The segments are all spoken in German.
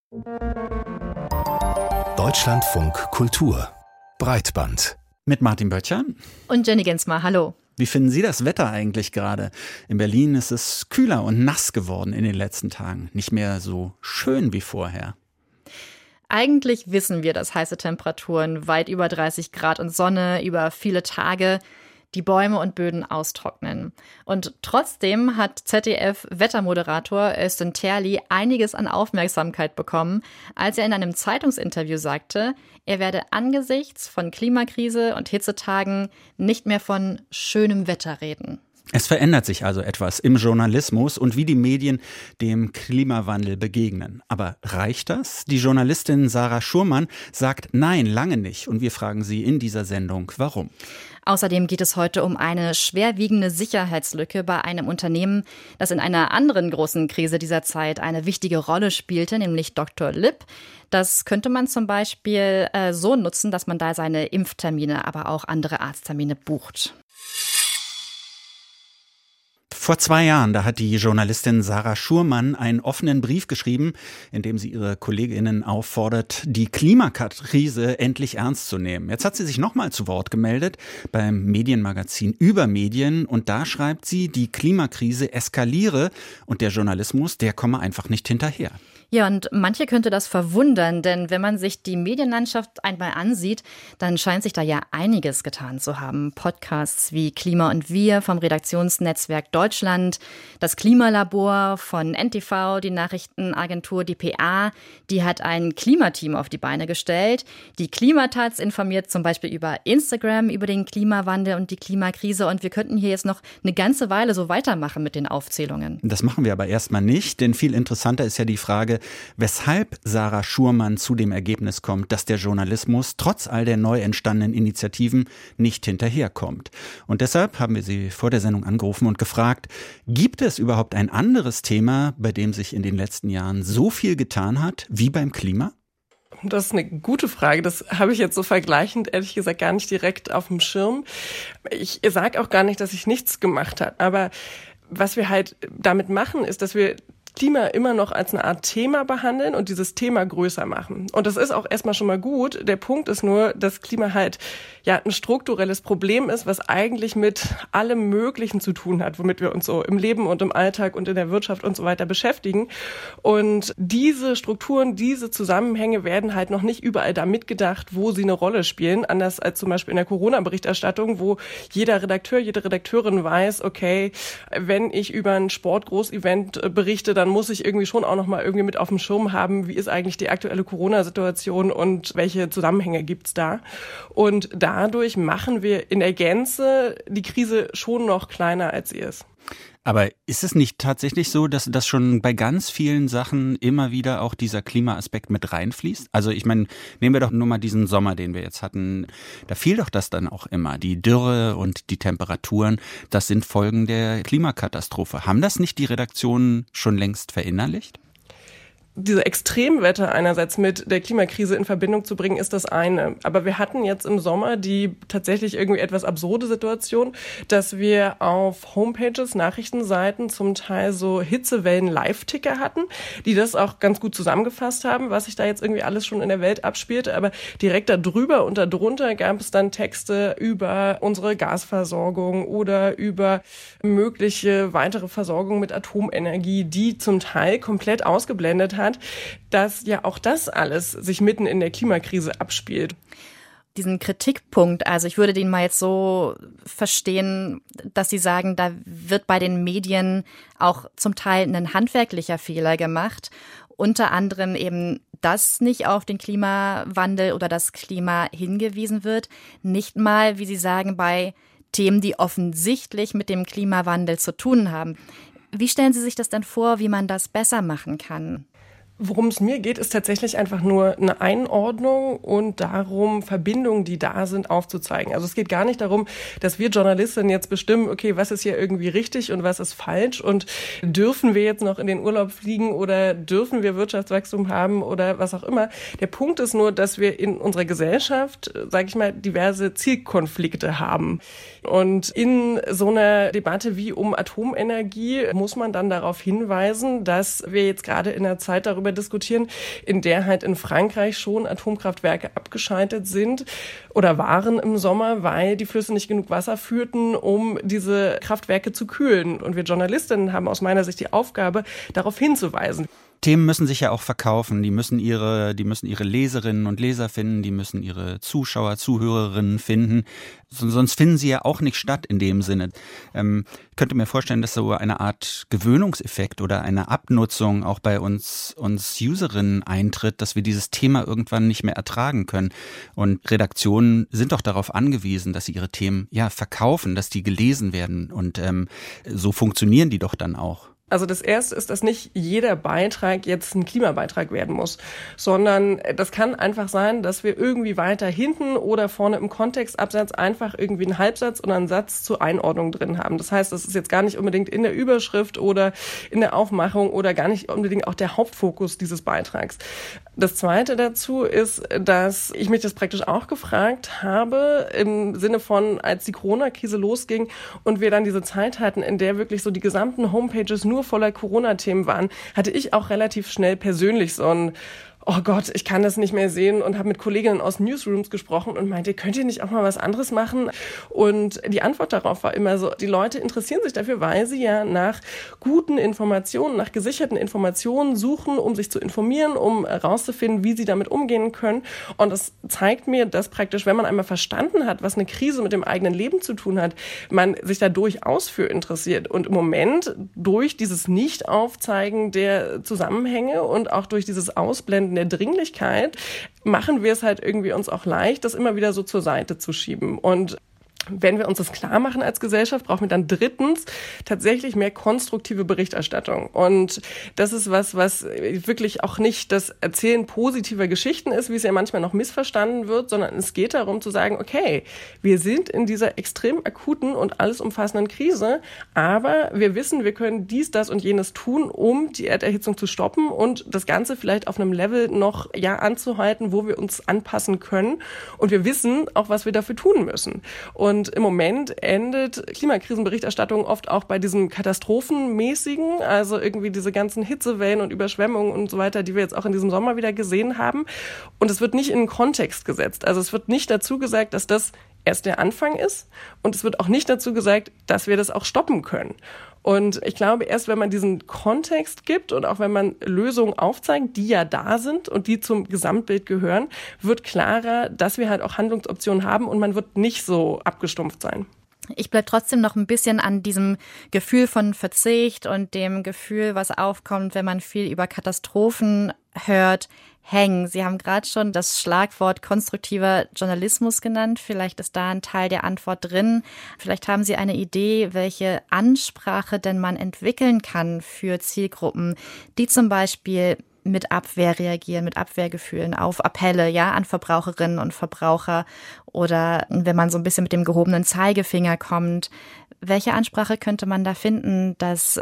Deutschlandfunk Kultur Breitband mit Martin Böttcher und Jenny Gensmer. Hallo. Wie finden Sie das Wetter eigentlich gerade? In Berlin ist es kühler und nass geworden in den letzten Tagen. Nicht mehr so schön wie vorher. Eigentlich wissen wir, dass heiße Temperaturen weit über 30 Grad und Sonne über viele Tage die Bäume und Böden austrocknen. Und trotzdem hat ZDF-Wettermoderator Özlem Terli einiges an Aufmerksamkeit bekommen, als er in einem Zeitungsinterview sagte, er werde angesichts von Klimakrise und Hitzetagen nicht mehr von schönem Wetter reden. Es verändert sich also etwas im Journalismus und wie die Medien dem Klimawandel begegnen. Aber reicht das? Die Journalistin Sarah Schurmann sagt nein, lange nicht. Und wir fragen sie in dieser Sendung, warum. Außerdem geht es heute um eine schwerwiegende Sicherheitslücke bei einem Unternehmen, das in einer anderen großen Krise dieser Zeit eine wichtige Rolle spielte, nämlich Dr. Lipp. Das könnte man zum Beispiel so nutzen, dass man da seine Impftermine, aber auch andere Arzttermine bucht. Vor 2 Jahren, da hat die Journalistin Sarah Schurmann einen offenen Brief geschrieben, in dem sie ihre KollegInnen auffordert, die Klimakrise endlich ernst zu nehmen. Jetzt hat sie sich nochmal zu Wort gemeldet beim Medienmagazin Über Medien und da schreibt sie, die Klimakrise eskaliere und der Journalismus, der komme einfach nicht hinterher. Ja, und manche könnte das verwundern, denn wenn man sich die Medienlandschaft einmal ansieht, dann scheint sich da ja einiges getan zu haben. Podcasts wie Klima und Wir vom Redaktionsnetzwerk Deutschland, das Klimalabor von NTV, die Nachrichtenagentur dpa, die hat ein Klimateam auf die Beine gestellt. Die Klimatatz informiert zum Beispiel über Instagram über den Klimawandel und die Klimakrise und wir könnten hier jetzt noch eine ganze Weile so weitermachen mit den Aufzählungen. Das machen wir aber erstmal nicht, denn viel interessanter ist ja die Frage, weshalb Sarah Schurmann zu dem Ergebnis kommt, dass der Journalismus trotz all der neu entstandenen Initiativen nicht hinterherkommt. Und deshalb haben wir sie vor der Sendung angerufen und gefragt, gibt es überhaupt ein anderes Thema, bei dem sich in den letzten Jahren so viel getan hat wie beim Klima? Das ist eine gute Frage. Das habe ich jetzt so vergleichend, ehrlich gesagt, gar nicht direkt auf dem Schirm. Ich sage auch gar nicht, dass ich nichts gemacht habe. Aber was wir halt damit machen, ist, dass wir Klima immer noch als eine Art Thema behandeln und dieses Thema größer machen. Und das ist auch erstmal schon mal gut. Der Punkt ist nur, dass Klima halt ja ein strukturelles Problem ist, was eigentlich mit allem Möglichen zu tun hat, womit wir uns so im Leben und im Alltag und in der Wirtschaft und so weiter beschäftigen. Und diese Strukturen, diese Zusammenhänge werden halt noch nicht überall da mitgedacht, wo sie eine Rolle spielen. Anders als zum Beispiel in der Corona-Berichterstattung, wo jeder Redakteur, jede Redakteurin weiß, okay, wenn ich über ein Sportgroßevent berichte, dann muss ich irgendwie schon auch noch mal irgendwie mit auf dem Schirm haben, wie ist eigentlich die aktuelle Corona-Situation und welche Zusammenhänge gibt's da. Und dadurch machen wir in der Gänze die Krise schon noch kleiner, als sie ist. Aber ist es nicht tatsächlich so, dass das schon bei ganz vielen Sachen immer wieder auch dieser Klimaaspekt mit reinfließt? Also ich meine, nehmen wir doch nur mal diesen Sommer, den wir jetzt hatten. Da fiel doch das dann auch immer. Die Dürre und die Temperaturen, das sind Folgen der Klimakatastrophe. Haben das nicht die Redaktionen schon längst verinnerlicht? Diese Extremwetter einerseits mit der Klimakrise in Verbindung zu bringen, ist das eine. Aber wir hatten jetzt im Sommer die tatsächlich irgendwie etwas absurde Situation, dass wir auf Homepages, Nachrichtenseiten zum Teil so Hitzewellen-Live-Ticker hatten, die das auch ganz gut zusammengefasst haben, was sich da jetzt irgendwie alles schon in der Welt abspielte. Aber direkt da drüber und da drunter gab es dann Texte über unsere Gasversorgung oder über mögliche weitere Versorgung mit Atomenergie, die zum Teil komplett ausgeblendet hat, dass ja auch das alles sich mitten in der Klimakrise abspielt. Diesen Kritikpunkt, also ich würde den mal jetzt so verstehen, dass Sie sagen, da wird bei den Medien auch zum Teil ein handwerklicher Fehler gemacht. Unter anderem eben, dass nicht auf den Klimawandel oder das Klima hingewiesen wird. Nicht mal, wie Sie sagen, bei Themen, die offensichtlich mit dem Klimawandel zu tun haben. Wie stellen Sie sich das denn vor, wie man das besser machen kann? Worum es mir geht, ist tatsächlich einfach nur eine Einordnung und darum, Verbindungen, die da sind, aufzuzeigen. Also es geht gar nicht darum, dass wir Journalistinnen jetzt bestimmen, okay, was ist hier irgendwie richtig und was ist falsch und dürfen wir jetzt noch in den Urlaub fliegen oder dürfen wir Wirtschaftswachstum haben oder was auch immer. Der Punkt ist nur, dass wir in unserer Gesellschaft, sage ich mal, diverse Zielkonflikte haben. Und in so einer Debatte wie um Atomenergie muss man dann darauf hinweisen, dass wir jetzt gerade in einer Zeit darüber darüber diskutieren, in der halt in Frankreich schon Atomkraftwerke abgeschaltet sind oder waren im Sommer, weil die Flüsse nicht genug Wasser führten, um diese Kraftwerke zu kühlen. Und wir Journalistinnen haben aus meiner Sicht die Aufgabe, darauf hinzuweisen. Themen müssen sich ja auch verkaufen. Die müssen ihre Leserinnen und Leser finden, die müssen ihre Zuschauer, Zuhörerinnen finden. Sonst finden sie ja auch nicht statt in dem Sinne. Ich könnte mir vorstellen, dass so eine Art Gewöhnungseffekt oder eine Abnutzung auch bei uns Userinnen eintritt, dass wir dieses Thema irgendwann nicht mehr ertragen können. Und Redaktionen sind doch darauf angewiesen, dass sie ihre Themen verkaufen, dass die gelesen werden. Und so funktionieren die doch dann auch. Also das Erste ist, dass nicht jeder Beitrag jetzt ein Klimabeitrag werden muss, sondern das kann einfach sein, dass wir irgendwie weiter hinten oder vorne im Kontextabsatz einfach irgendwie einen Halbsatz oder einen Satz zur Einordnung drin haben. Das heißt, das ist jetzt gar nicht unbedingt in der Überschrift oder in der Aufmachung oder gar nicht unbedingt auch der Hauptfokus dieses Beitrags. Das Zweite dazu ist, dass ich mich das praktisch auch gefragt habe, im Sinne von, als die Corona-Krise losging und wir dann diese Zeit hatten, in der wirklich so die gesamten Homepages nur voller Corona-Themen waren, hatte ich auch relativ schnell persönlich so ein oh Gott, ich kann das nicht mehr sehen und habe mit Kolleginnen aus Newsrooms gesprochen und meinte, könnt ihr nicht auch mal was anderes machen? Und die Antwort darauf war immer so, die Leute interessieren sich dafür, weil sie ja nach guten Informationen, nach gesicherten Informationen suchen, um sich zu informieren, um herauszufinden, wie sie damit umgehen können. Und das zeigt mir, dass praktisch, wenn man einmal verstanden hat, was eine Krise mit dem eigenen Leben zu tun hat, man sich da durchaus für interessiert. Und im Moment durch dieses Nicht-Aufzeigen der Zusammenhänge und auch durch dieses Ausblenden der Dringlichkeit machen wir es halt irgendwie uns auch leicht, das immer wieder so zur Seite zu schieben. Und wenn wir uns das klar machen als Gesellschaft, brauchen wir dann drittens tatsächlich mehr konstruktive Berichterstattung. Und das ist was wirklich auch nicht das Erzählen positiver Geschichten ist, wie es ja manchmal noch missverstanden wird, sondern es geht darum zu sagen, okay, wir sind in dieser extrem akuten und alles umfassenden Krise, aber wir wissen, wir können dies, das und jenes tun, um die Erderhitzung zu stoppen und das Ganze vielleicht auf einem Level noch anzuhalten, wo wir uns anpassen können. Und wir wissen auch, was wir dafür tun müssen. Und im Moment endet Klimakrisenberichterstattung oft auch bei diesem Katastrophenmäßigen, also irgendwie diese ganzen Hitzewellen und Überschwemmungen und so weiter, die wir jetzt auch in diesem Sommer wieder gesehen haben. Und es wird nicht in den Kontext gesetzt. Also es wird nicht dazu gesagt, dass das erst der Anfang ist. Und es wird auch nicht dazu gesagt, dass wir das auch stoppen können. Und ich glaube, erst wenn man diesen Kontext gibt und auch wenn man Lösungen aufzeigt, die ja da sind und die zum Gesamtbild gehören, wird klarer, dass wir halt auch Handlungsoptionen haben und man wird nicht so abgestumpft sein. Ich bleibe trotzdem noch ein bisschen an diesem Gefühl von Verzicht und dem Gefühl, was aufkommt, wenn man viel über Katastrophen hört, hängen. Sie haben gerade schon das Schlagwort konstruktiver Journalismus genannt. Vielleicht ist da ein Teil der Antwort drin. Vielleicht haben Sie eine Idee, welche Ansprache denn man entwickeln kann für Zielgruppen, die zum Beispiel mit Abwehr reagieren, mit Abwehrgefühlen auf Appelle, an Verbraucherinnen und Verbraucher oder wenn man so ein bisschen mit dem gehobenen Zeigefinger kommt. Welche Ansprache könnte man da finden, dass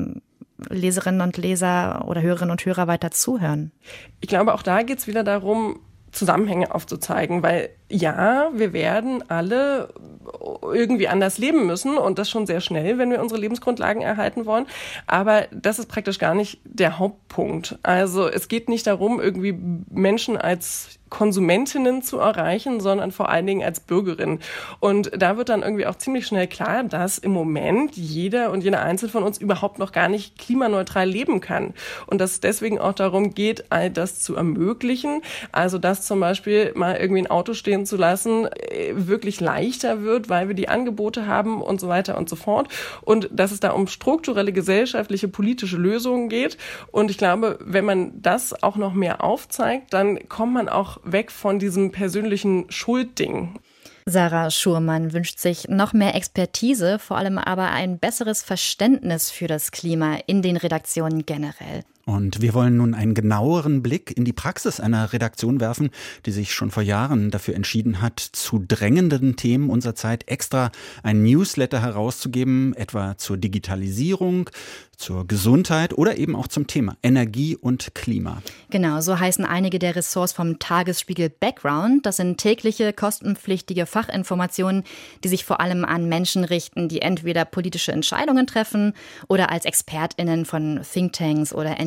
Leserinnen und Leser oder Hörerinnen und Hörer weiter zuhören? Ich glaube, auch da geht es wieder darum, Zusammenhänge aufzuzeigen, weil wir werden alle irgendwie anders leben müssen und das schon sehr schnell, wenn wir unsere Lebensgrundlagen erhalten wollen. Aber das ist praktisch gar nicht der Hauptpunkt. Also es geht nicht darum, irgendwie Menschen als Konsumentinnen zu erreichen, sondern vor allen Dingen als Bürgerin. Und da wird dann irgendwie auch ziemlich schnell klar, dass im Moment jeder und jede Einzelne von uns überhaupt noch gar nicht klimaneutral leben kann. Und dass es deswegen auch darum geht, all das zu ermöglichen. Also dass zum Beispiel mal irgendwie ein Auto stehen zu lassen, wirklich leichter wird, weil wir die Angebote haben und so weiter und so fort. Und dass es da um strukturelle, gesellschaftliche, politische Lösungen geht. Und ich glaube, wenn man das auch noch mehr aufzeigt, dann kommt man auch weg von diesem persönlichen Schuldding. Sarah Schurmann wünscht sich noch mehr Expertise, vor allem aber ein besseres Verständnis für das Klima in den Redaktionen generell. Und wir wollen nun einen genaueren Blick in die Praxis einer Redaktion werfen, die sich schon vor Jahren dafür entschieden hat, zu drängenden Themen unserer Zeit extra ein Newsletter herauszugeben, etwa zur Digitalisierung, zur Gesundheit oder eben auch zum Thema Energie und Klima. Genau, so heißen einige der Ressorts vom Tagesspiegel Background. Das sind tägliche, kostenpflichtige Fachinformationen, die sich vor allem an Menschen richten, die entweder politische Entscheidungen treffen oder als ExpertInnen von Thinktanks oder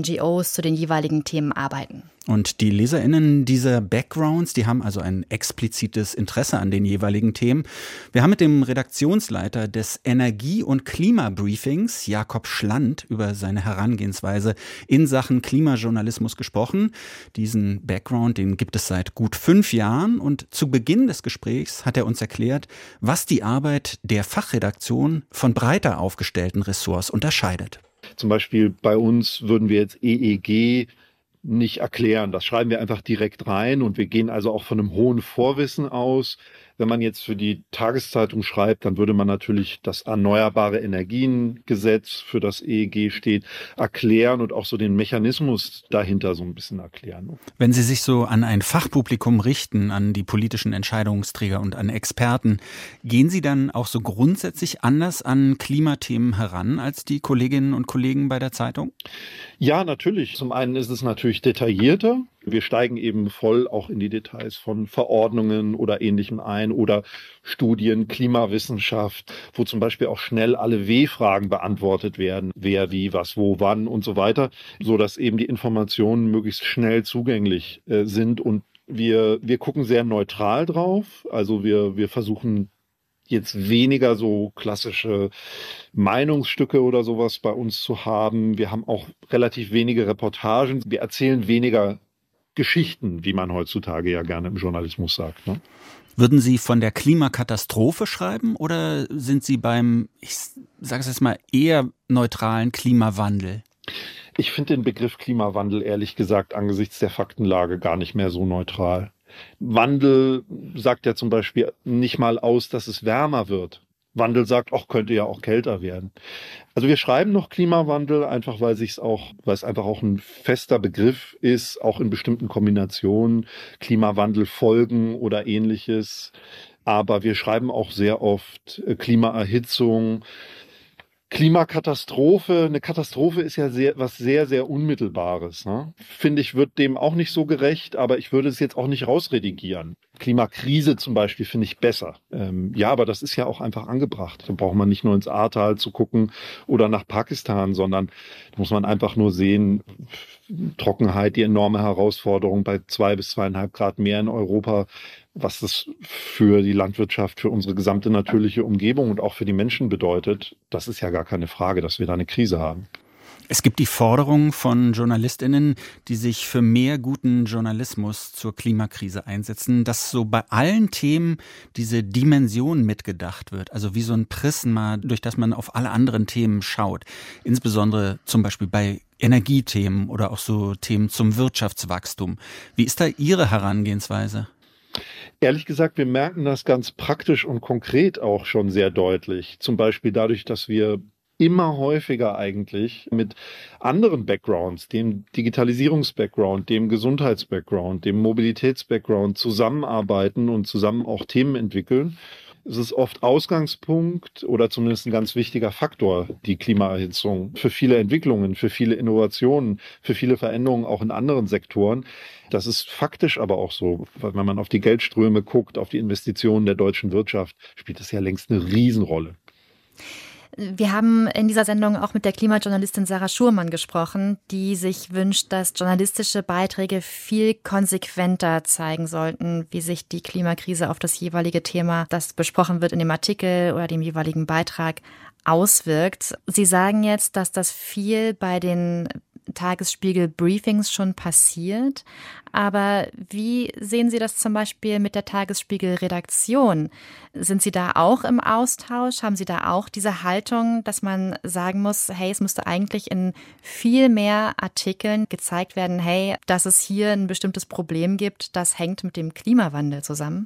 NGOs zu den jeweiligen Themen arbeiten. Und die LeserInnen dieser Backgrounds, die haben also ein explizites Interesse an den jeweiligen Themen. Wir haben mit dem Redaktionsleiter des Energie- und Klimabriefings, Jakob Schland, über seine Herangehensweise in Sachen Klimajournalismus gesprochen. Diesen Background, den gibt es seit gut 5 Jahren. Und zu Beginn des Gesprächs hat er uns erklärt, was die Arbeit der Fachredaktion von breiter aufgestellten Ressorts unterscheidet. Zum Beispiel bei uns würden wir jetzt EEG nicht erklären. Das schreiben wir einfach direkt rein und wir gehen also auch von einem hohen Vorwissen aus. Wenn man jetzt für die Tageszeitung schreibt, dann würde man natürlich das Erneuerbare Energiengesetz, für das EEG steht, erklären und auch so den Mechanismus dahinter so ein bisschen erklären. Wenn Sie sich so an ein Fachpublikum richten, an die politischen Entscheidungsträger und an Experten, gehen Sie dann auch so grundsätzlich anders an Klimathemen heran als die Kolleginnen und Kollegen bei der Zeitung? Ja, natürlich. Zum einen ist es natürlich detaillierter. Wir steigen eben voll auch in die Details von Verordnungen oder Ähnlichem ein oder Studien, Klimawissenschaft, wo zum Beispiel auch schnell alle W-Fragen beantwortet werden. Wer, wie, was, wo, wann und so weiter, so dass eben die Informationen möglichst schnell zugänglich sind. Und wir gucken sehr neutral drauf. Also wir versuchen jetzt weniger so klassische Meinungsstücke oder sowas bei uns zu haben. Wir haben auch relativ wenige Reportagen. Wir erzählen weniger Geschichten, wie man heutzutage ja gerne im Journalismus sagt, ne? Würden Sie von der Klimakatastrophe schreiben oder sind Sie beim, ich sage es jetzt mal, eher neutralen Klimawandel? Ich finde den Begriff Klimawandel ehrlich gesagt angesichts der Faktenlage gar nicht mehr so neutral. Wandel sagt ja zum Beispiel nicht mal aus, dass es wärmer wird. Wandel sagt, könnte ja auch kälter werden. Also wir schreiben noch Klimawandel, einfach weil es einfach auch ein fester Begriff ist, auch in bestimmten Kombinationen, Klimawandelfolgen oder Ähnliches. Aber wir schreiben auch sehr oft Klimaerhitzung, Klimakatastrophe. Eine Katastrophe ist ja was sehr, sehr Unmittelbares, ne? Finde ich, wird dem auch nicht so gerecht, aber ich würde es jetzt auch nicht rausredigieren. Klimakrise zum Beispiel finde ich besser. Ja, aber das ist ja auch einfach angebracht. Da braucht man nicht nur ins Ahrtal zu gucken oder nach Pakistan, sondern da muss man einfach nur sehen, Trockenheit, die enorme Herausforderung bei 2 bis 2,5 Grad mehr in Europa, was das für die Landwirtschaft, für unsere gesamte natürliche Umgebung und auch für die Menschen bedeutet. Das ist ja gar keine Frage, dass wir da eine Krise haben. Es gibt die Forderung von JournalistInnen, die sich für mehr guten Journalismus zur Klimakrise einsetzen, dass so bei allen Themen diese Dimension mitgedacht wird. Also wie so ein Prisma, durch das man auf alle anderen Themen schaut. Insbesondere zum Beispiel bei Energiethemen oder auch so Themen zum Wirtschaftswachstum. Wie ist da Ihre Herangehensweise? Ehrlich gesagt, wir merken das ganz praktisch und konkret auch schon sehr deutlich. Zum Beispiel dadurch, dass wir immer häufiger eigentlich mit anderen Backgrounds, dem Digitalisierungs-Background, dem Gesundheits-Background, dem Mobilitäts-Background zusammenarbeiten und zusammen auch Themen entwickeln. Es ist oft Ausgangspunkt oder zumindest ein ganz wichtiger Faktor, die Klimaerhitzung, für viele Entwicklungen, für viele Innovationen, für viele Veränderungen auch in anderen Sektoren. Das ist faktisch aber auch so. Wenn man auf die Geldströme guckt, auf die Investitionen der deutschen Wirtschaft, spielt das ja längst eine Riesenrolle. Wir haben in dieser Sendung auch mit der Klimajournalistin Sarah Schurmann gesprochen, die sich wünscht, dass journalistische Beiträge viel konsequenter zeigen sollten, wie sich die Klimakrise auf das jeweilige Thema, das besprochen wird in dem Artikel oder dem jeweiligen Beitrag, auswirkt. Sie sagen jetzt, dass das viel bei den Tagesspiegel-Briefings schon passiert. Aber wie sehen Sie das zum Beispiel mit der Tagesspiegel-Redaktion? Sind Sie da auch im Austausch? Haben Sie da auch diese Haltung, dass man sagen muss, hey, es müsste eigentlich in viel mehr Artikeln gezeigt werden, hey, dass es hier ein bestimmtes Problem gibt, das hängt mit dem Klimawandel zusammen?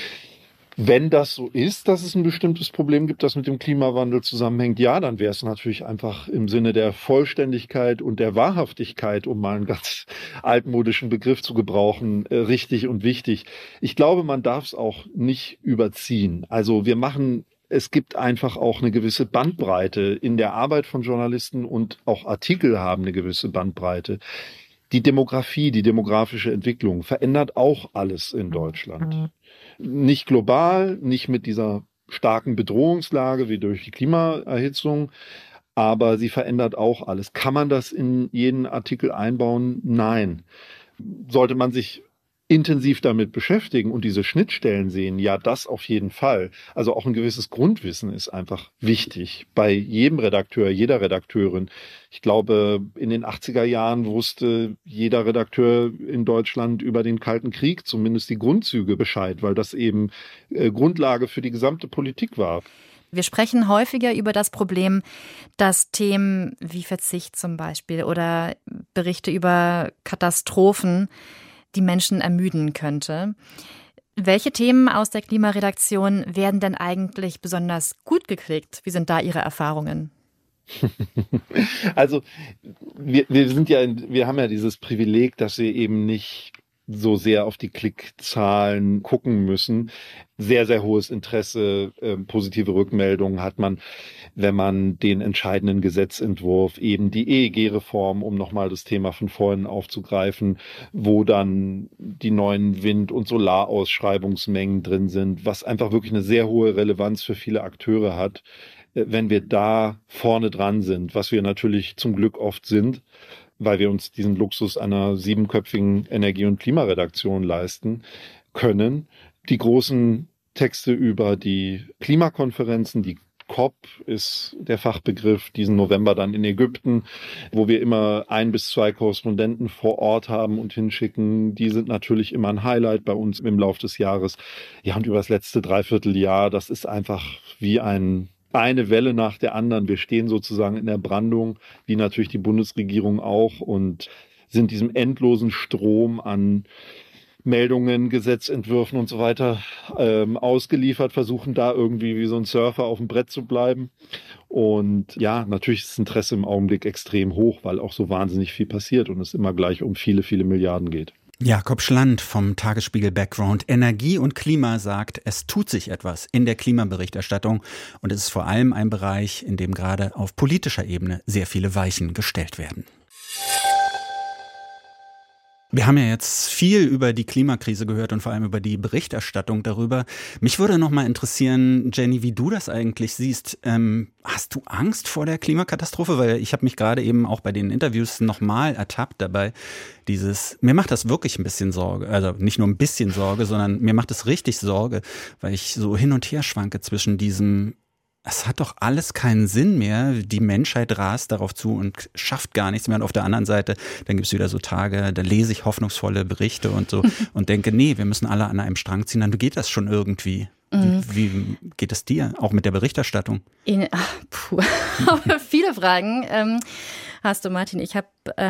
Wenn das so ist, dass es ein bestimmtes Problem gibt, das mit dem Klimawandel zusammenhängt, ja, dann wäre es natürlich einfach im Sinne der Vollständigkeit und der Wahrhaftigkeit, um mal einen ganz altmodischen Begriff zu gebrauchen, richtig und wichtig. Ich glaube, man darf es auch nicht überziehen. Also es gibt einfach auch eine gewisse Bandbreite in der Arbeit von Journalisten und auch Artikel haben eine gewisse Bandbreite. Die Demografie, die demografische Entwicklung verändert auch alles in Deutschland. Nicht global, nicht mit dieser starken Bedrohungslage wie durch die Klimaerhitzung, aber sie verändert auch alles. Kann man das in jeden Artikel einbauen? Nein. Sollte man sich intensiv damit beschäftigen und diese Schnittstellen sehen, ja, das auf jeden Fall. Also auch ein gewisses Grundwissen ist einfach wichtig bei jedem Redakteur, jeder Redakteurin. Ich glaube, in den 80er Jahren wusste jeder Redakteur in Deutschland über den Kalten Krieg zumindest die Grundzüge Bescheid, weil das eben Grundlage für die gesamte Politik war. Wir sprechen häufiger über das Problem, dass Themen wie Verzicht zum Beispiel oder Berichte über Katastrophen die Menschen ermüden könnte. Welche Themen aus der Klimaredaktion werden denn eigentlich besonders gut geklickt? Wie sind da Ihre Erfahrungen? Also wir haben ja dieses Privileg, dass wir eben nicht so sehr auf die Klickzahlen gucken müssen. Sehr, sehr hohes Interesse, positive Rückmeldungen hat man, wenn man den entscheidenden Gesetzentwurf, eben die EEG-Reform, um nochmal das Thema von vorhin aufzugreifen, wo dann die neuen Wind- und Solarausschreibungsmengen drin sind, was einfach wirklich eine sehr hohe Relevanz für viele Akteure hat. Wenn wir da vorne dran sind, was wir natürlich zum Glück oft sind, weil wir uns diesen Luxus einer 7-köpfigen Energie- und Klimaredaktion leisten können. Die großen Texte über die Klimakonferenzen, die COP ist der Fachbegriff, diesen November dann in Ägypten, wo wir immer 1 bis 2 Korrespondenten vor Ort haben und hinschicken. Die sind natürlich immer ein Highlight bei uns im Laufe des Jahres. Ja, und über das letzte Dreivierteljahr, das ist einfach wie eine Welle nach der anderen. Wir stehen sozusagen in der Brandung, wie natürlich die Bundesregierung auch, und sind diesem endlosen Strom an Meldungen, Gesetzentwürfen und so weiter ausgeliefert, versuchen da irgendwie wie so ein Surfer auf dem Brett zu bleiben. Und ja, natürlich ist das Interesse im Augenblick extrem hoch, weil auch so wahnsinnig viel passiert und es immer gleich um viele, viele Milliarden geht. Jakob Schland vom Tagesspiegel Background Energie und Klima sagt, es tut sich etwas in der Klimaberichterstattung und es ist vor allem ein Bereich, in dem gerade auf politischer Ebene sehr viele Weichen gestellt werden. Wir haben ja jetzt viel über die Klimakrise gehört und vor allem über die Berichterstattung darüber. Mich würde noch mal interessieren, Jenny, wie du das eigentlich siehst. Hast du Angst vor der Klimakatastrophe? Weil ich habe mich gerade eben auch bei den Interviews nochmal ertappt dabei. Mir macht das wirklich ein bisschen Sorge. Also nicht nur ein bisschen Sorge, sondern mir macht es richtig Sorge, weil ich so hin und her schwanke zwischen diesem, es hat doch alles keinen Sinn mehr. Die Menschheit rast darauf zu und schafft gar nichts mehr. Und auf der anderen Seite, dann gibt es wieder so Tage, da lese ich hoffnungsvolle Berichte und so und denke, nee, wir müssen alle an einem Strang ziehen. Dann geht das schon irgendwie. Wie geht es dir, auch mit der Berichterstattung? Viele Fragen hast du, Martin. Ich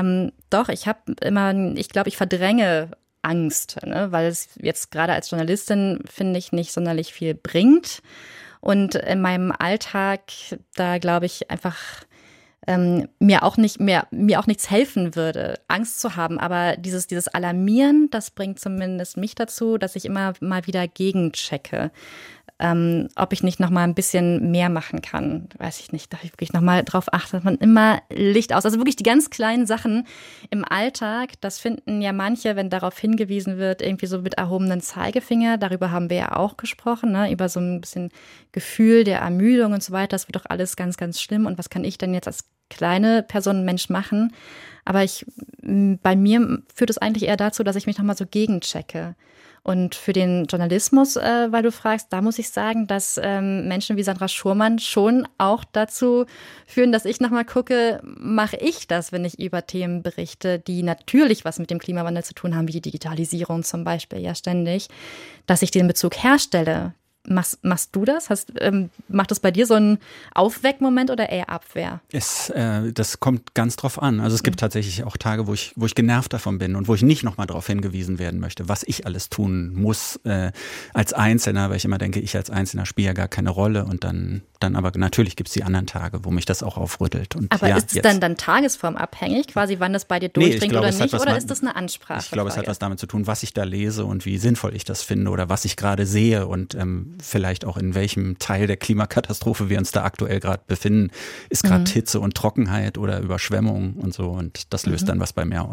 verdränge Angst, ne? Weil es jetzt gerade als Journalistin, finde ich, nicht sonderlich viel bringt. Und in meinem Alltag, da glaube ich einfach, mir auch nichts helfen würde, Angst zu haben. Aber dieses Alarmieren, das bringt zumindest mich dazu, dass ich immer mal wieder gegenchecke, ob ich nicht noch mal ein bisschen mehr machen kann. Weiß ich nicht, darf ich wirklich noch mal drauf achten, dass man immer Licht aus. Also wirklich die ganz kleinen Sachen im Alltag, das finden ja manche, wenn darauf hingewiesen wird, irgendwie so mit erhobenen Zeigefinger. Darüber haben wir ja auch gesprochen, ne? Über so ein bisschen Gefühl der Ermüdung und so weiter. Das wird doch alles ganz, ganz schlimm. Und was kann ich denn jetzt als kleine Person, Mensch machen? Aber bei mir führt es eigentlich eher dazu, dass ich mich noch mal so gegenchecke. Und für den Journalismus, weil du fragst, da muss ich sagen, dass Menschen wie Sandra Schurmann schon auch dazu führen, dass ich nochmal gucke, mache ich das, wenn ich über Themen berichte, die natürlich was mit dem Klimawandel zu tun haben, wie die Digitalisierung zum Beispiel, ja ständig, dass ich den Bezug herstelle. Machst du das? Macht das bei dir so einen Aufweckmoment oder eher Abwehr? Das kommt ganz drauf an. Also es gibt tatsächlich auch Tage, wo ich genervt davon bin und wo ich nicht nochmal darauf hingewiesen werden möchte, was ich alles tun muss als Einzelner, weil ich immer denke, ich als Einzelner spiele ja gar keine Rolle und dann aber natürlich gibt es die anderen Tage, wo mich das auch aufrüttelt. Und aber ist es dann tagesformabhängig, quasi wann das bei dir durchdringt oder nicht? Oder ist das eine Ansprache? Ich glaube, es hat was damit zu tun, was ich da lese und wie sinnvoll ich das finde oder was ich gerade sehe und vielleicht auch in welchem Teil der Klimakatastrophe wir uns da aktuell gerade befinden. Ist gerade Hitze und Trockenheit oder Überschwemmung und so und das löst dann was bei mir aus.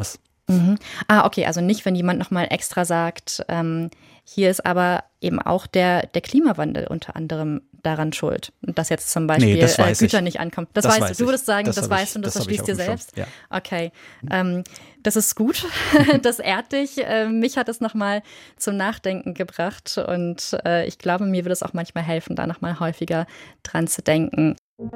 Mhm. Okay, also nicht, wenn jemand nochmal extra sagt, hier ist aber eben auch der Klimawandel unter anderem daran schuld. Und dass jetzt zum Beispiel Güter nicht ankommen. Das weißt du. Du würdest sagen, das weißt du und das verstehst dir selbst? Ja. Okay, das ist gut. Das ehrt dich. Mich hat es nochmal zum Nachdenken gebracht. Und ich glaube, mir würde es auch manchmal helfen, da nochmal häufiger dran zu denken.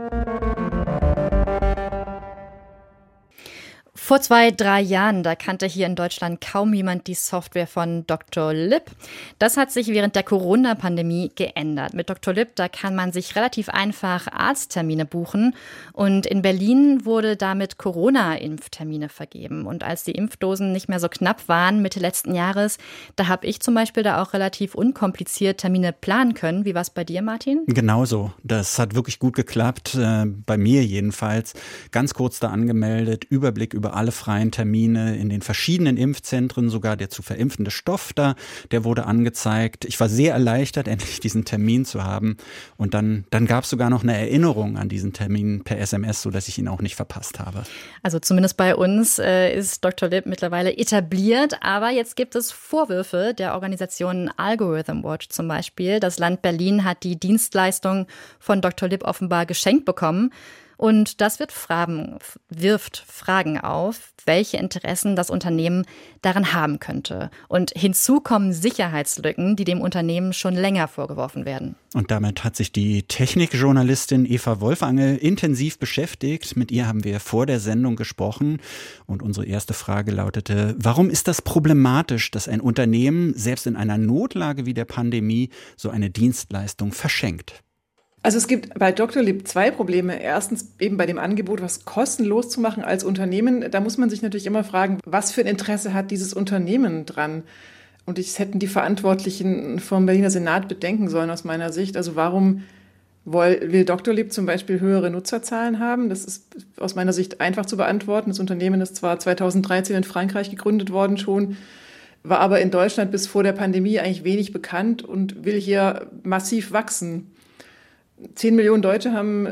Vor 2-3 Jahren, da kannte hier in Deutschland kaum jemand die Software von Dr. Lipp. Das hat sich während der Corona-Pandemie geändert. Mit Dr. Lipp, da kann man sich relativ einfach Arzttermine buchen. Und in Berlin wurde damit Corona-Impftermine vergeben. Und als die Impfdosen nicht mehr so knapp waren Mitte letzten Jahres, da habe ich zum Beispiel da auch relativ unkompliziert Termine planen können. Wie war es bei dir, Martin? Genauso. Das hat wirklich gut geklappt. Bei mir jedenfalls. Ganz kurz da angemeldet, Überblick über alle freien Termine in den verschiedenen Impfzentren, sogar der zu verimpfende Stoff da, der wurde angezeigt. Ich war sehr erleichtert, endlich diesen Termin zu haben. Und dann gab es sogar noch eine Erinnerung an diesen Termin per SMS, sodass ich ihn auch nicht verpasst habe. Also zumindest bei uns ist Dr. Lipp mittlerweile etabliert. Aber jetzt gibt es Vorwürfe der Organisation Algorithm Watch zum Beispiel. Das Land Berlin hat die Dienstleistung von Dr. Lipp offenbar geschenkt bekommen. Und das wirft Fragen auf, welche Interessen das Unternehmen daran haben könnte. Und hinzu kommen Sicherheitslücken, die dem Unternehmen schon länger vorgeworfen werden. Und damit hat sich die Technikjournalistin Eva Wolfangel intensiv beschäftigt. Mit ihr haben wir vor der Sendung gesprochen. Und unsere erste Frage lautete: Warum ist das problematisch, dass ein Unternehmen selbst in einer Notlage wie der Pandemie so eine Dienstleistung verschenkt? Also es gibt bei Dr. Lipp 2 Probleme. Erstens eben bei dem Angebot, was kostenlos zu machen als Unternehmen. Da muss man sich natürlich immer fragen, was für ein Interesse hat dieses Unternehmen dran? Und das hätten die Verantwortlichen vom Berliner Senat bedenken sollen aus meiner Sicht. Also warum will Dr. Lipp zum Beispiel höhere Nutzerzahlen haben? Das ist aus meiner Sicht einfach zu beantworten. Das Unternehmen ist zwar 2013 in Frankreich gegründet worden schon, war aber in Deutschland bis vor der Pandemie eigentlich wenig bekannt und will hier massiv wachsen. 10 Millionen Deutsche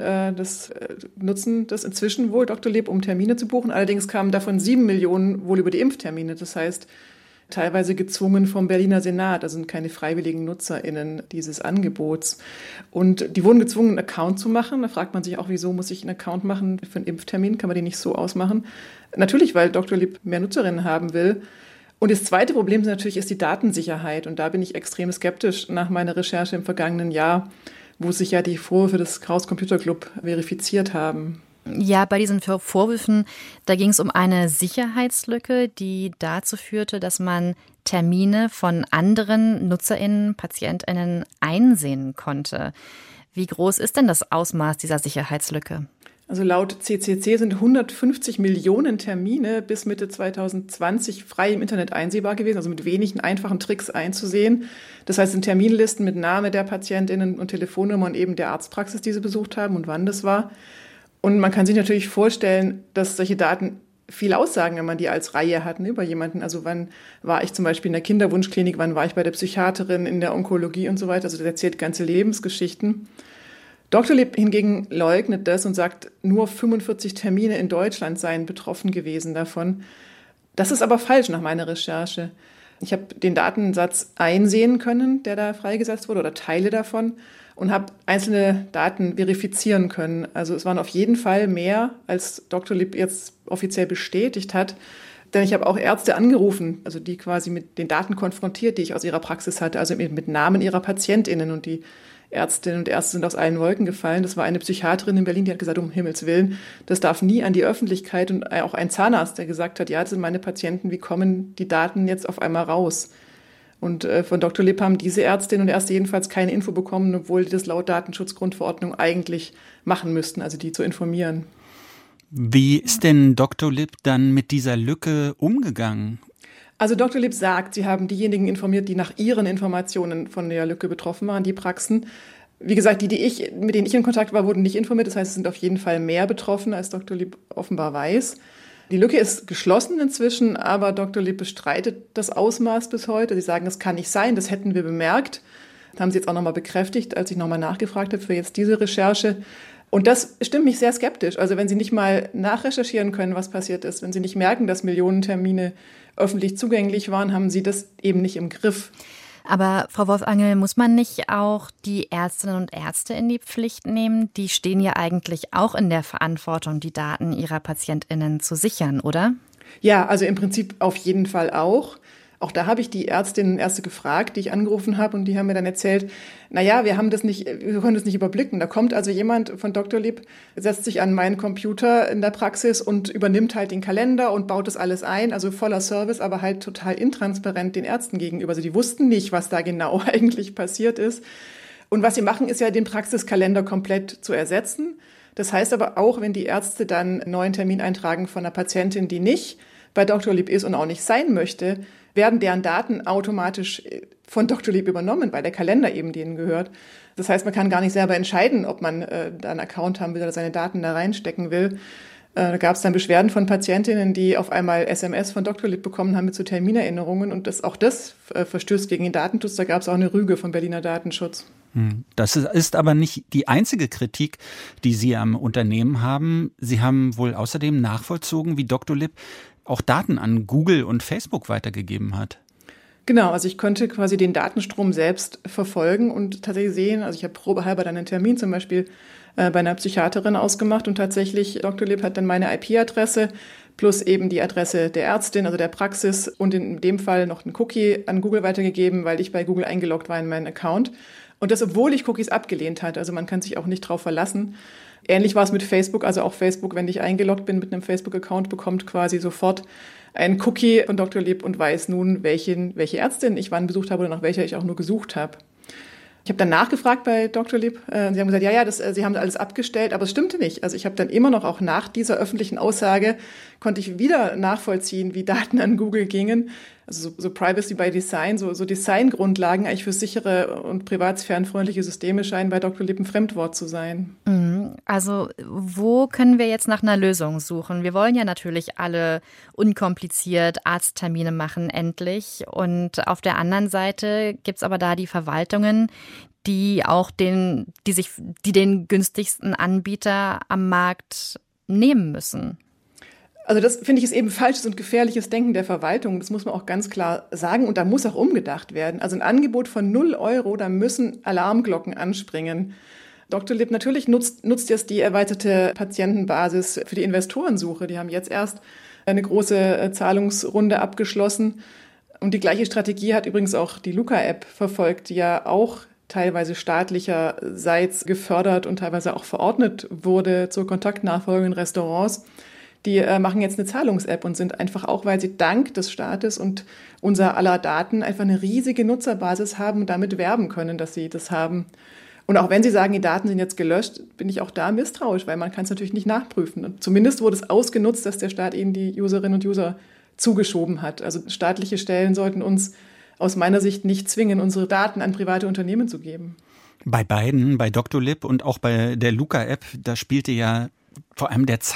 nutzen das inzwischen wohl, Dr. Lipp, um Termine zu buchen. Allerdings kamen davon 7 Millionen wohl über die Impftermine. Das heißt, teilweise gezwungen vom Berliner Senat. Also sind keine freiwilligen NutzerInnen dieses Angebots. Und die wurden gezwungen, einen Account zu machen. Da fragt man sich auch, wieso muss ich einen Account machen für einen Impftermin? Kann man den nicht so ausmachen? Natürlich, weil Dr. Lipp mehr Nutzerinnen haben will. Und das zweite Problem ist die Datensicherheit. Und da bin ich extrem skeptisch nach meiner Recherche im vergangenen Jahr, wo sich ja die Vorwürfe des Chaos Computer Club verifiziert haben. Ja, bei diesen Vorwürfen, da ging es um eine Sicherheitslücke, die dazu führte, dass man Termine von anderen NutzerInnen, PatientInnen einsehen konnte. Wie groß ist denn das Ausmaß dieser Sicherheitslücke? Also laut CCC sind 150 Millionen Termine bis Mitte 2020 frei im Internet einsehbar gewesen, also mit wenigen einfachen Tricks einzusehen. Das heißt, in Terminlisten mit Name der PatientInnen und Telefonnummer und eben der Arztpraxis, die sie besucht haben und wann das war. Und man kann sich natürlich vorstellen, dass solche Daten viel aussagen, wenn man die als Reihe hat, über jemanden. Also wann war ich zum Beispiel in der Kinderwunschklinik, wann war ich bei der Psychiaterin, in der Onkologie und so weiter. Also das erzählt ganze Lebensgeschichten. Dr. Lipp hingegen leugnet das und sagt, nur 45 Termine in Deutschland seien betroffen gewesen davon. Das ist aber falsch nach meiner Recherche. Ich habe den Datensatz einsehen können, der da freigesetzt wurde, oder Teile davon, und habe einzelne Daten verifizieren können. Also es waren auf jeden Fall mehr, als Dr. Lipp jetzt offiziell bestätigt hat. Denn ich habe auch Ärzte angerufen, also die quasi mit den Daten konfrontiert, die ich aus ihrer Praxis hatte, also mit Namen ihrer PatientInnen, und die Ärztinnen und Ärzte sind aus allen Wolken gefallen. Das war eine Psychiaterin in Berlin, die hat gesagt, um Himmels Willen, das darf nie an die Öffentlichkeit. Und auch ein Zahnarzt, der gesagt hat, ja, das sind meine Patienten, wie kommen die Daten jetzt auf einmal raus? Und von Dr. Lipp haben diese Ärztinnen und Ärzte jedenfalls keine Info bekommen, obwohl die das laut Datenschutzgrundverordnung eigentlich machen müssten, also die zu informieren. Wie ist denn Dr. Lipp dann mit dieser Lücke umgegangen? Also Dr. Lipp sagt, sie haben diejenigen informiert, die nach ihren Informationen von der Lücke betroffen waren, die Praxen. Wie gesagt, mit denen ich in Kontakt war, wurden nicht informiert. Das heißt, es sind auf jeden Fall mehr betroffen, als Dr. Lipp offenbar weiß. Die Lücke ist geschlossen inzwischen, aber Dr. Lipp bestreitet das Ausmaß bis heute. Sie sagen, das kann nicht sein, das hätten wir bemerkt. Das haben sie jetzt auch nochmal bekräftigt, als ich nochmal nachgefragt habe für jetzt diese Recherche. Und das stimmt mich sehr skeptisch. Also wenn Sie nicht mal nachrecherchieren können, was passiert ist, wenn Sie nicht merken, dass Millionen Termine öffentlich zugänglich waren, haben Sie das eben nicht im Griff. Aber Frau Wolfangel, muss man nicht auch die Ärztinnen und Ärzte in die Pflicht nehmen? Die stehen ja eigentlich auch in der Verantwortung, die Daten ihrer PatientInnen zu sichern, oder? Ja, also im Prinzip auf jeden Fall auch. Auch da habe ich die Ärztinnen und Ärzte gefragt, die ich angerufen habe, und die haben mir dann erzählt, wir können das nicht überblicken. Da kommt also jemand von Dr. Lieb, setzt sich an meinen Computer in der Praxis und übernimmt halt den Kalender und baut das alles ein, also voller Service, aber halt total intransparent den Ärzten gegenüber. Also die wussten nicht, was da genau eigentlich passiert ist. Und was sie machen, ist ja den Praxiskalender komplett zu ersetzen. Das heißt aber auch, wenn die Ärzte dann einen neuen Termin eintragen von einer Patientin, die nicht bei Dr. Lieb ist und auch nicht sein möchte, werden deren Daten automatisch von Dr. Lieb übernommen, weil der Kalender eben denen gehört. Das heißt, man kann gar nicht selber entscheiden, ob man da einen Account haben will oder seine Daten da reinstecken will. Da gab es dann Beschwerden von Patientinnen, die auf einmal SMS von Dr. Lieb bekommen haben mit so Terminerinnerungen. Und auch das verstößt gegen den Datenschutz. Da gab es auch eine Rüge vom Berliner Datenschutz. Das ist aber nicht die einzige Kritik, die Sie am Unternehmen haben. Sie haben wohl außerdem nachvollzogen, wie Dr. Lieb auch Daten an Google und Facebook weitergegeben hat. Genau, also ich konnte quasi den Datenstrom selbst verfolgen und tatsächlich sehen, also ich habe probehalber dann einen Termin zum Beispiel bei einer Psychiaterin ausgemacht und tatsächlich Dr. Lieb hat dann meine IP-Adresse plus eben die Adresse der Ärztin, also der Praxis und in dem Fall noch einen Cookie an Google weitergegeben, weil ich bei Google eingeloggt war in meinen Account. Und das, obwohl ich Cookies abgelehnt hatte, also man kann sich auch nicht drauf verlassen. Ähnlich war es mit Facebook, also auch Facebook, wenn ich eingeloggt bin mit einem Facebook-Account, bekommt quasi sofort ein Cookie von Dr. Lieb und weiß nun, welche Ärztin ich wann besucht habe oder nach welcher ich auch nur gesucht habe. Ich habe dann nachgefragt bei Dr. Lieb. Sie haben gesagt, Sie haben alles abgestellt, aber es stimmte nicht. Also ich habe dann immer noch, auch nach dieser öffentlichen Aussage, konnte ich wieder nachvollziehen, wie Daten an Google gingen. Also so Privacy by Design, so Designgrundlagen eigentlich für sichere und privatsphärenfreundliche Systeme scheinen bei Dr. Lieb ein Fremdwort zu sein. Also wo können wir jetzt nach einer Lösung suchen? Wir wollen ja natürlich alle unkompliziert Arzttermine machen, endlich. Und auf der anderen Seite gibt's aber da die Verwaltungen, die auch den günstigsten Anbieter am Markt nehmen müssen. Also das finde ich ist eben falsches und gefährliches Denken der Verwaltung. Das muss man auch ganz klar sagen. Und da muss auch umgedacht werden. Also ein Angebot von 0 €, da müssen Alarmglocken anspringen. Dr. Lieb natürlich nutzt jetzt die erweiterte Patientenbasis für die Investorensuche. Die haben jetzt erst eine große Zahlungsrunde abgeschlossen. Und die gleiche Strategie hat übrigens auch die Luca-App verfolgt, die ja auch teilweise staatlicherseits gefördert und teilweise auch verordnet wurde zur Kontaktnachfolge in Restaurants. Die machen jetzt eine Zahlungs-App und sind einfach auch, weil sie dank des Staates und unser aller Daten einfach eine riesige Nutzerbasis haben und damit werben können, dass sie das haben. Und auch wenn Sie sagen, die Daten sind jetzt gelöscht, bin ich auch da misstrauisch, weil man kann es natürlich nicht nachprüfen. Und zumindest wurde es ausgenutzt, dass der Staat ihnen die Userinnen und User zugeschoben hat. Also staatliche Stellen sollten uns aus meiner Sicht nicht zwingen, unsere Daten an private Unternehmen zu geben. Bei beiden, bei Dr. Lieb und auch bei der Luca-App, da spielte ja vor allem der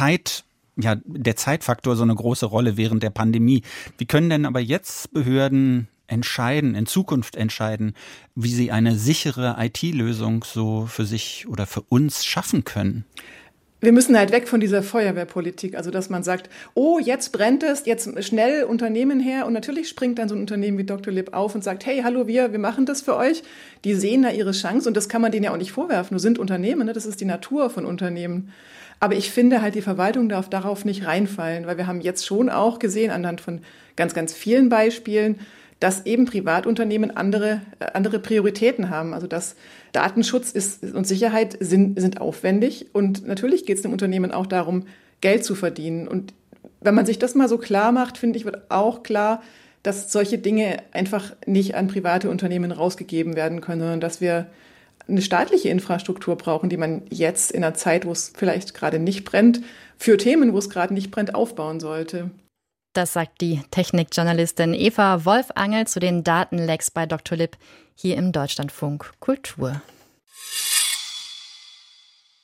Zeitfaktor so eine große Rolle während der Pandemie. Wie können denn aber jetzt Behörden in Zukunft entscheiden, wie sie eine sichere IT-Lösung so für sich oder für uns schaffen können? Wir müssen halt weg von dieser Feuerwehrpolitik, also dass man sagt, oh, jetzt brennt es, jetzt schnell Unternehmen her. Und natürlich springt dann so ein Unternehmen wie Dr. Lieb auf und sagt, hey, hallo, wir machen das für euch. Die sehen da ihre Chance und das kann man denen ja auch nicht vorwerfen. Nur sind Unternehmen, ne? Das ist die Natur von Unternehmen. Aber ich finde halt, die Verwaltung darf darauf nicht reinfallen, weil wir haben jetzt schon auch gesehen, anhand von ganz, ganz vielen Beispielen, dass eben Privatunternehmen andere Prioritäten haben. Also dass Datenschutz und Sicherheit sind aufwendig. Und natürlich geht es dem Unternehmen auch darum, Geld zu verdienen. Und wenn man sich das mal so klar macht, finde ich, wird auch klar, dass solche Dinge einfach nicht an private Unternehmen rausgegeben werden können, sondern dass wir eine staatliche Infrastruktur brauchen, die man jetzt in einer Zeit, wo es vielleicht gerade nicht brennt, für Themen, wo es gerade nicht brennt, aufbauen sollte. Das sagt die Technikjournalistin Eva Wolfangel zu den Datenlecks bei Dr. Lieb hier im Deutschlandfunk Kultur.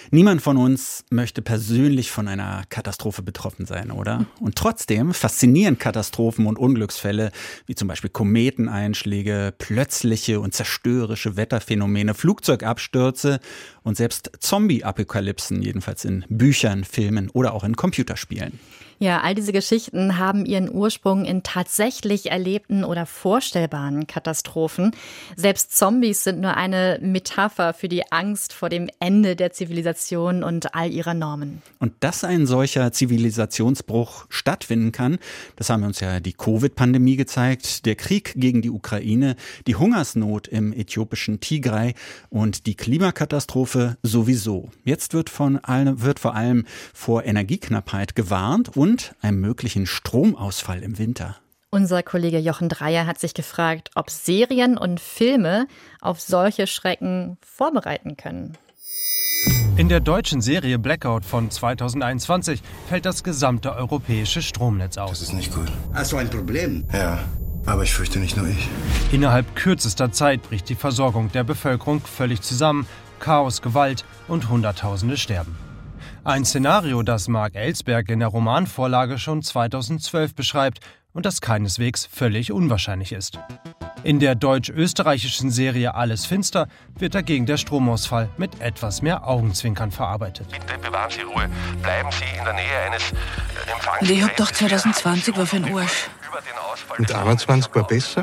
Niemand von uns möchte persönlich von einer Katastrophe betroffen sein, oder? Und trotzdem faszinieren Katastrophen und Unglücksfälle, wie zum Beispiel Kometeneinschläge, plötzliche und zerstörerische Wetterphänomene, Flugzeugabstürze und selbst Zombie-Apokalypsen, jedenfalls in Büchern, Filmen oder auch in Computerspielen. Ja, all diese Geschichten haben ihren Ursprung in tatsächlich erlebten oder vorstellbaren Katastrophen. Selbst Zombies sind nur eine Metapher für die Angst vor dem Ende der Zivilisation und all ihrer Normen. Und dass ein solcher Zivilisationsbruch stattfinden kann, das haben uns ja die Covid-Pandemie gezeigt, der Krieg gegen die Ukraine, die Hungersnot im äthiopischen Tigray und die Klimakatastrophe sowieso. Jetzt wird vor allem vor Energieknappheit gewarnt und einem möglichen Stromausfall im Winter. Unser Kollege Jochen Dreier hat sich gefragt, ob Serien und Filme auf solche Schrecken vorbereiten können. In der deutschen Serie Blackout von 2021 fällt das gesamte europäische Stromnetz aus. Das ist nicht gut. Hast du ein Problem? Ja, aber ich fürchte nicht nur ich. Innerhalb kürzester Zeit bricht die Versorgung der Bevölkerung völlig zusammen. Chaos, Gewalt und Hunderttausende sterben. Ein Szenario, das Mark Ellsberg in der Romanvorlage schon 2012 beschreibt und das keineswegs völlig unwahrscheinlich ist. In der deutsch-österreichischen Serie Alles finster wird dagegen der Stromausfall mit etwas mehr Augenzwinkern verarbeitet. Bitte bewahren Sie Ruhe. Bleiben Sie in der Nähe eines Empfangs. Ich hab doch 2020 war für den Arsch. Und 21 war besser?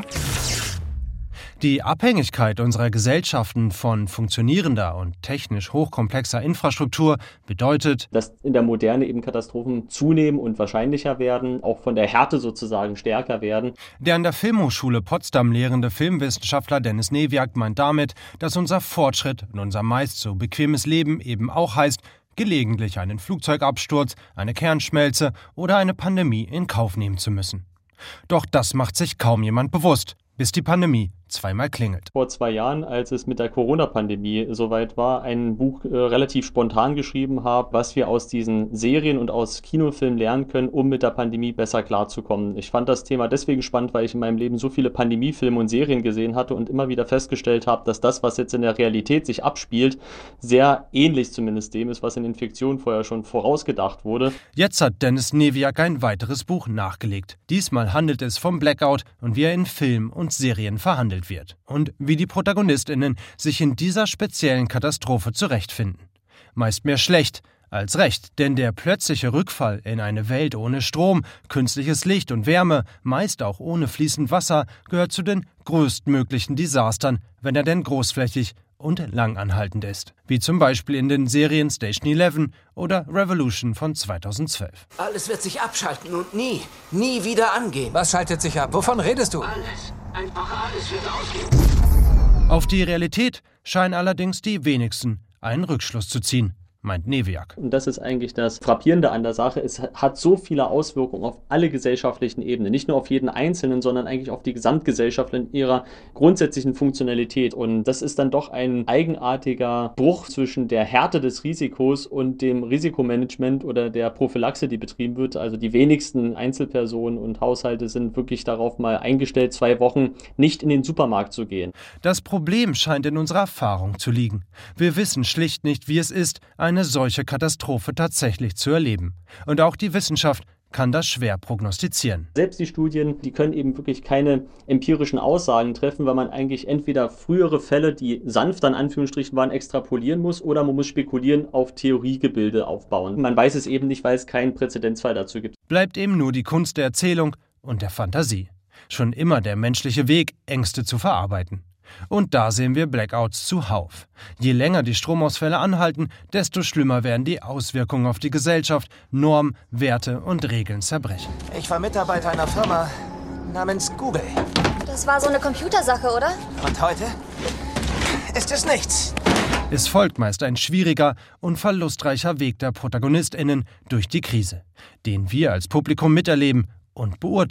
Die Abhängigkeit unserer Gesellschaften von funktionierender und technisch hochkomplexer Infrastruktur bedeutet, dass in der Moderne eben Katastrophen zunehmen und wahrscheinlicher werden, auch von der Härte sozusagen stärker werden. Der an der Filmhochschule Potsdam lehrende Filmwissenschaftler Dennis Newiak meint damit, dass unser Fortschritt und unser meist so bequemes Leben eben auch heißt, gelegentlich einen Flugzeugabsturz, eine Kernschmelze oder eine Pandemie in Kauf nehmen zu müssen. Doch das macht sich kaum jemand bewusst, bis die Pandemie zweimal klingelt. Vor 2 Jahren, als es mit der Corona-Pandemie soweit war, ein Buch relativ spontan geschrieben habe, was wir aus diesen Serien und aus Kinofilmen lernen können, um mit der Pandemie besser klarzukommen. Ich fand das Thema deswegen spannend, weil ich in meinem Leben so viele Pandemiefilme und Serien gesehen hatte und immer wieder festgestellt habe, dass das, was jetzt in der Realität sich abspielt, sehr ähnlich zumindest dem ist, was in Infektionen vorher schon vorausgedacht wurde. Jetzt hat Dennis Newiak ein weiteres Buch nachgelegt. Diesmal handelt es vom Blackout und wie er in Film und Serien verhandelt wird und wie die ProtagonistInnen sich in dieser speziellen Katastrophe zurechtfinden. Meist mehr schlecht als recht, denn der plötzliche Rückfall in eine Welt ohne Strom, künstliches Licht und Wärme, meist auch ohne fließend Wasser, gehört zu den größtmöglichen Desastern, wenn er denn großflächig und langanhaltend ist. Wie zum Beispiel in den Serien Station 11 oder Revolution von 2012. Alles wird sich abschalten und nie wieder angehen. Was schaltet sich ab? Wovon redest du? Alles. Einfach alles wird ausgehen. Auf die Realität scheinen allerdings die wenigsten einen Rückschluss zu ziehen, meint Newiak. Und das ist eigentlich das Frappierende an der Sache. Es hat so viele Auswirkungen auf alle gesellschaftlichen Ebenen. Nicht nur auf jeden Einzelnen, sondern eigentlich auf die Gesamtgesellschaft in ihrer grundsätzlichen Funktionalität. Und das ist dann doch ein eigenartiger Bruch zwischen der Härte des Risikos und dem Risikomanagement oder der Prophylaxe, die betrieben wird. Also die wenigsten Einzelpersonen und Haushalte sind wirklich darauf mal eingestellt, 2 Wochen nicht in den Supermarkt zu gehen. Das Problem scheint in unserer Erfahrung zu liegen. Wir wissen schlicht nicht, wie es ist, eine solche Katastrophe tatsächlich zu erleben. Und auch die Wissenschaft kann das schwer prognostizieren. Selbst die Studien, die können eben wirklich keine empirischen Aussagen treffen, weil man eigentlich entweder frühere Fälle, die sanfter in Anführungsstrichen waren, extrapolieren muss oder man muss spekulieren, auf Theoriegebilde aufbauen. Man weiß es eben nicht, weil es keinen Präzedenzfall dazu gibt. Bleibt eben nur die Kunst der Erzählung und der Fantasie. Schon immer der menschliche Weg, Ängste zu verarbeiten. Und da sehen wir Blackouts zuhauf. Je länger die Stromausfälle anhalten, desto schlimmer werden die Auswirkungen auf die Gesellschaft, Normen, Werte und Regeln zerbrechen. Ich war Mitarbeiter einer Firma namens Google. Das war so eine Computersache, oder? Und heute ist es nichts. Es folgt meist ein schwieriger und verlustreicher Weg der ProtagonistInnen durch die Krise, den wir als Publikum miterleben und beurteilen.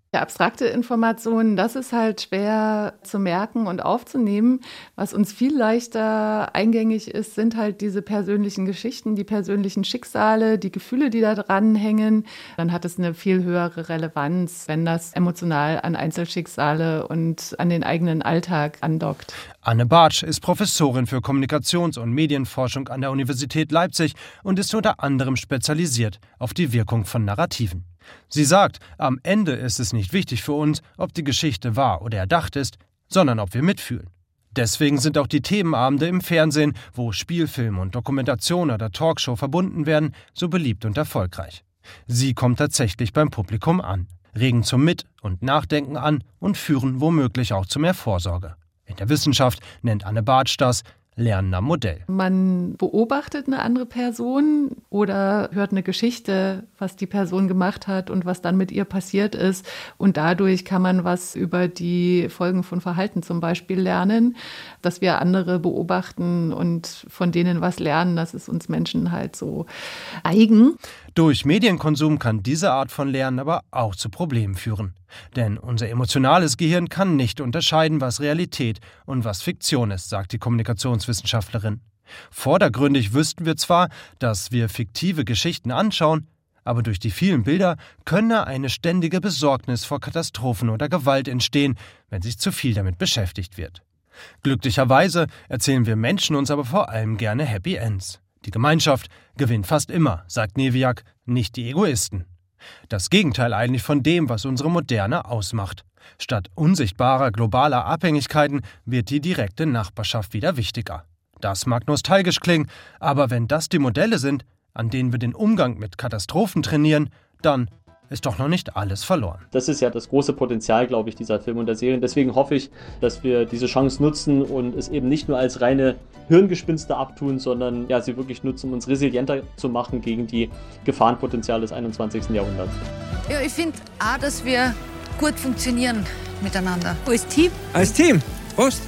Ja, abstrakte Informationen, das ist halt schwer zu merken und aufzunehmen. Was uns viel leichter eingängig ist, sind halt diese persönlichen Geschichten, die persönlichen Schicksale, die Gefühle, die da dran hängen. Dann hat es eine viel höhere Relevanz, wenn das emotional an Einzelschicksale und an den eigenen Alltag andockt. Anne Bartsch ist Professorin für Kommunikations- und Medienforschung an der Universität Leipzig und ist unter anderem spezialisiert auf die Wirkung von Narrativen. Sie sagt, am Ende ist es nicht wichtig für uns, ob die Geschichte wahr oder erdacht ist, sondern ob wir mitfühlen. Deswegen sind auch die Themenabende im Fernsehen, wo Spielfilm und Dokumentation oder Talkshow verbunden werden, so beliebt und erfolgreich. Sie kommen tatsächlich beim Publikum an, regen zum Mit- und Nachdenken an und führen womöglich auch zu mehr Vorsorge. In der Wissenschaft nennt Anne Bartsch das Lernen am Modell. Man beobachtet eine andere Person oder hört eine Geschichte, was die Person gemacht hat und was dann mit ihr passiert ist. Und dadurch kann man was über die Folgen von Verhalten zum Beispiel lernen, dass wir andere beobachten und von denen was lernen. Das ist uns Menschen halt so eigen. Durch Medienkonsum kann diese Art von Lernen aber auch zu Problemen führen. Denn unser emotionales Gehirn kann nicht unterscheiden, was Realität und was Fiktion ist, sagt die Kommunikationswissenschaftlerin. Vordergründig wüssten wir zwar, dass wir fiktive Geschichten anschauen, aber durch die vielen Bilder könne eine ständige Besorgnis vor Katastrophen oder Gewalt entstehen, wenn sich zu viel damit beschäftigt wird. Glücklicherweise erzählen wir Menschen uns aber vor allem gerne Happy Ends. Die Gemeinschaft gewinnt fast immer, sagt Neviak, nicht die Egoisten. Das Gegenteil eigentlich von dem, was unsere Moderne ausmacht. Statt unsichtbarer globaler Abhängigkeiten wird die direkte Nachbarschaft wieder wichtiger. Das mag nostalgisch klingen, aber wenn das die Modelle sind, an denen wir den Umgang mit Katastrophen trainieren, dann ist doch noch nicht alles verloren. Das ist ja das große Potenzial, glaube ich, dieser Filme und der Serien. Deswegen hoffe ich, dass wir diese Chance nutzen und es eben nicht nur als reine Hirngespinste abtun, sondern ja, sie wirklich nutzen, um uns resilienter zu machen gegen die Gefahrenpotenziale des 21. Jahrhunderts. Ja, ich finde auch, dass wir gut funktionieren miteinander. Als Team. Als Team. Prost.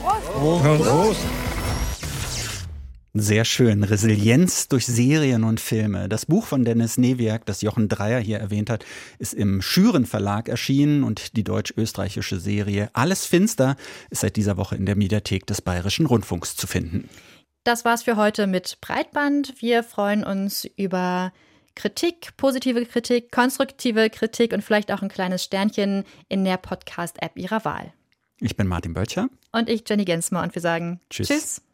Prost. Prost. Sehr schön. Resilienz durch Serien und Filme. Das Buch von Dennis Neviak, das Jochen Dreier hier erwähnt hat, ist im Schüren Verlag erschienen und die deutsch-österreichische Serie Alles Finster ist seit dieser Woche in der Mediathek des Bayerischen Rundfunks zu finden. Das war's für heute mit Breitband. Wir freuen uns über Kritik, positive Kritik, konstruktive Kritik und vielleicht auch ein kleines Sternchen in der Podcast-App Ihrer Wahl. Ich bin Martin Böttcher. Und ich, Jenny Gensmer, und wir sagen Tschüss.